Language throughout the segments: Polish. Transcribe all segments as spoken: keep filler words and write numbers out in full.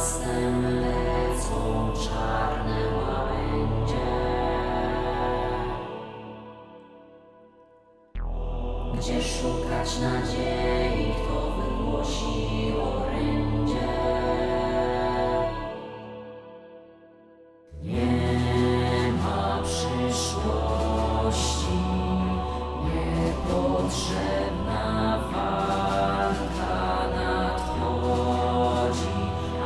miastem lecą czarne łabędzie. Gdzie szukać nadziei, kto wygłosi orędzie? Nie ma przyszłości, niepotrzebna walka nadchodzi,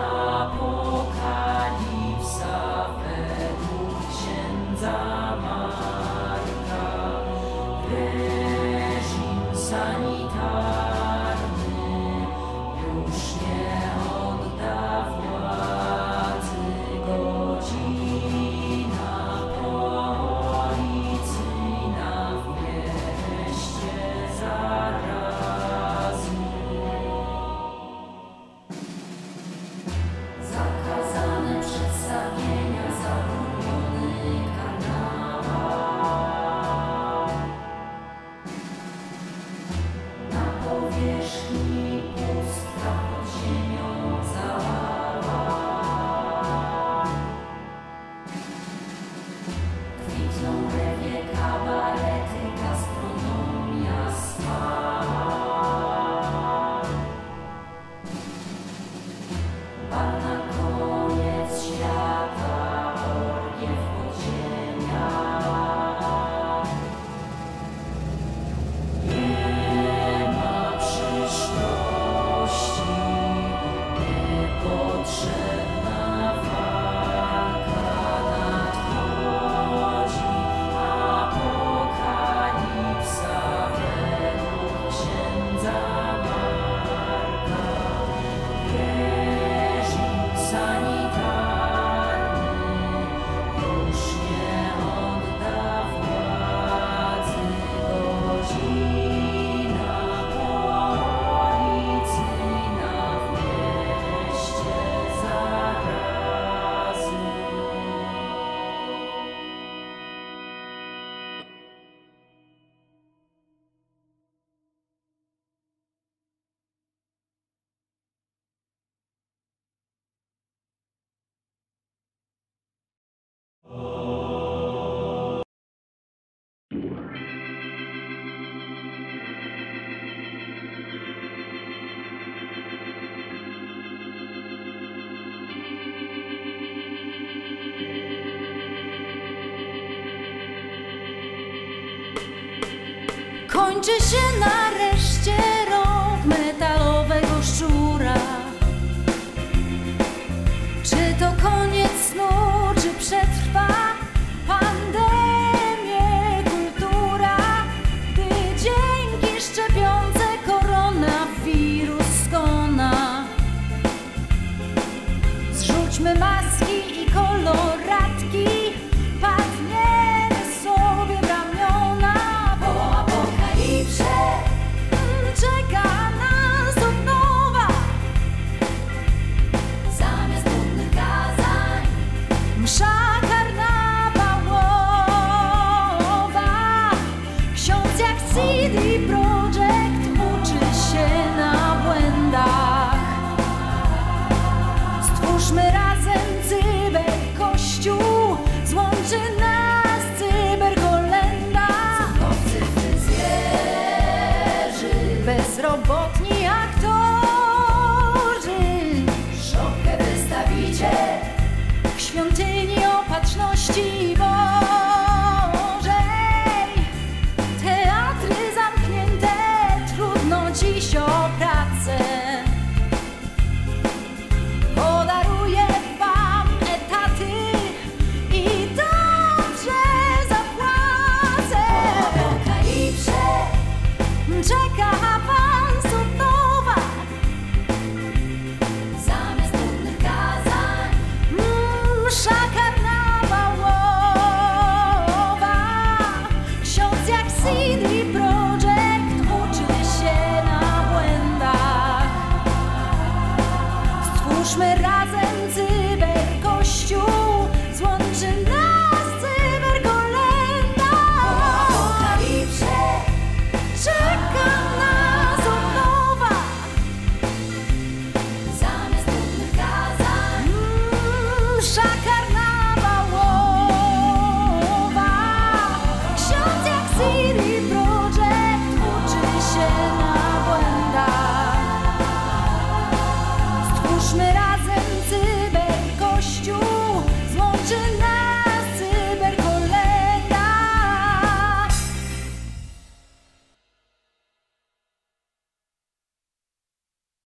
apokalipsa według księdza Marka. Reżim sanitarny już nie odda władzy. Godzina policyjna w mieście zarazy. Zakazane przedstawienia, zabroniony karnawał. Na powierzchni pustka, pod ziemią zaława. Kwitną rewie, kabarety, gastronomia spała. Bar na koniec świata, orgie w podziemiach. Nie ma przyszłości, niepotrzebna walka nadchodzi, apokalipsa według księdza Marka. Reżim sanitarny już nie odda władzy. Godzina policyjna w mieście zarazy. Kończy się nareszcie rok metalowego szczura. Czy to koniec snu, czy przetrwa pandemię kultura? Gdy dzięki szczepionce koronawirus skona. Zrzućmy maski i koloratki, padniemy sobie w ramiona. Po apokalipsie czeka nas od nowa. Zamiast nudnych kazań msza karnawałowa. Ksiądz jak C D Projekt uczy się na błędach. Stwórzmy razem cyberkościół, złączy nas cyberkolenda. Cudowcy fryzjerzy, bezrobotni aktorzy, szopkę wystawicie w świątyni Opatrzności Bożej. Teatry zamknięte, trudno dziś o pracę. Podaruję wam etaty i dobrze zapłacę. Po apokalipsie czeka was od nowa. Zamiast nudnych kazań msza karnawałowa. Ksiądz jak C D Projekt uczy się na błędach. Stwórzmy razem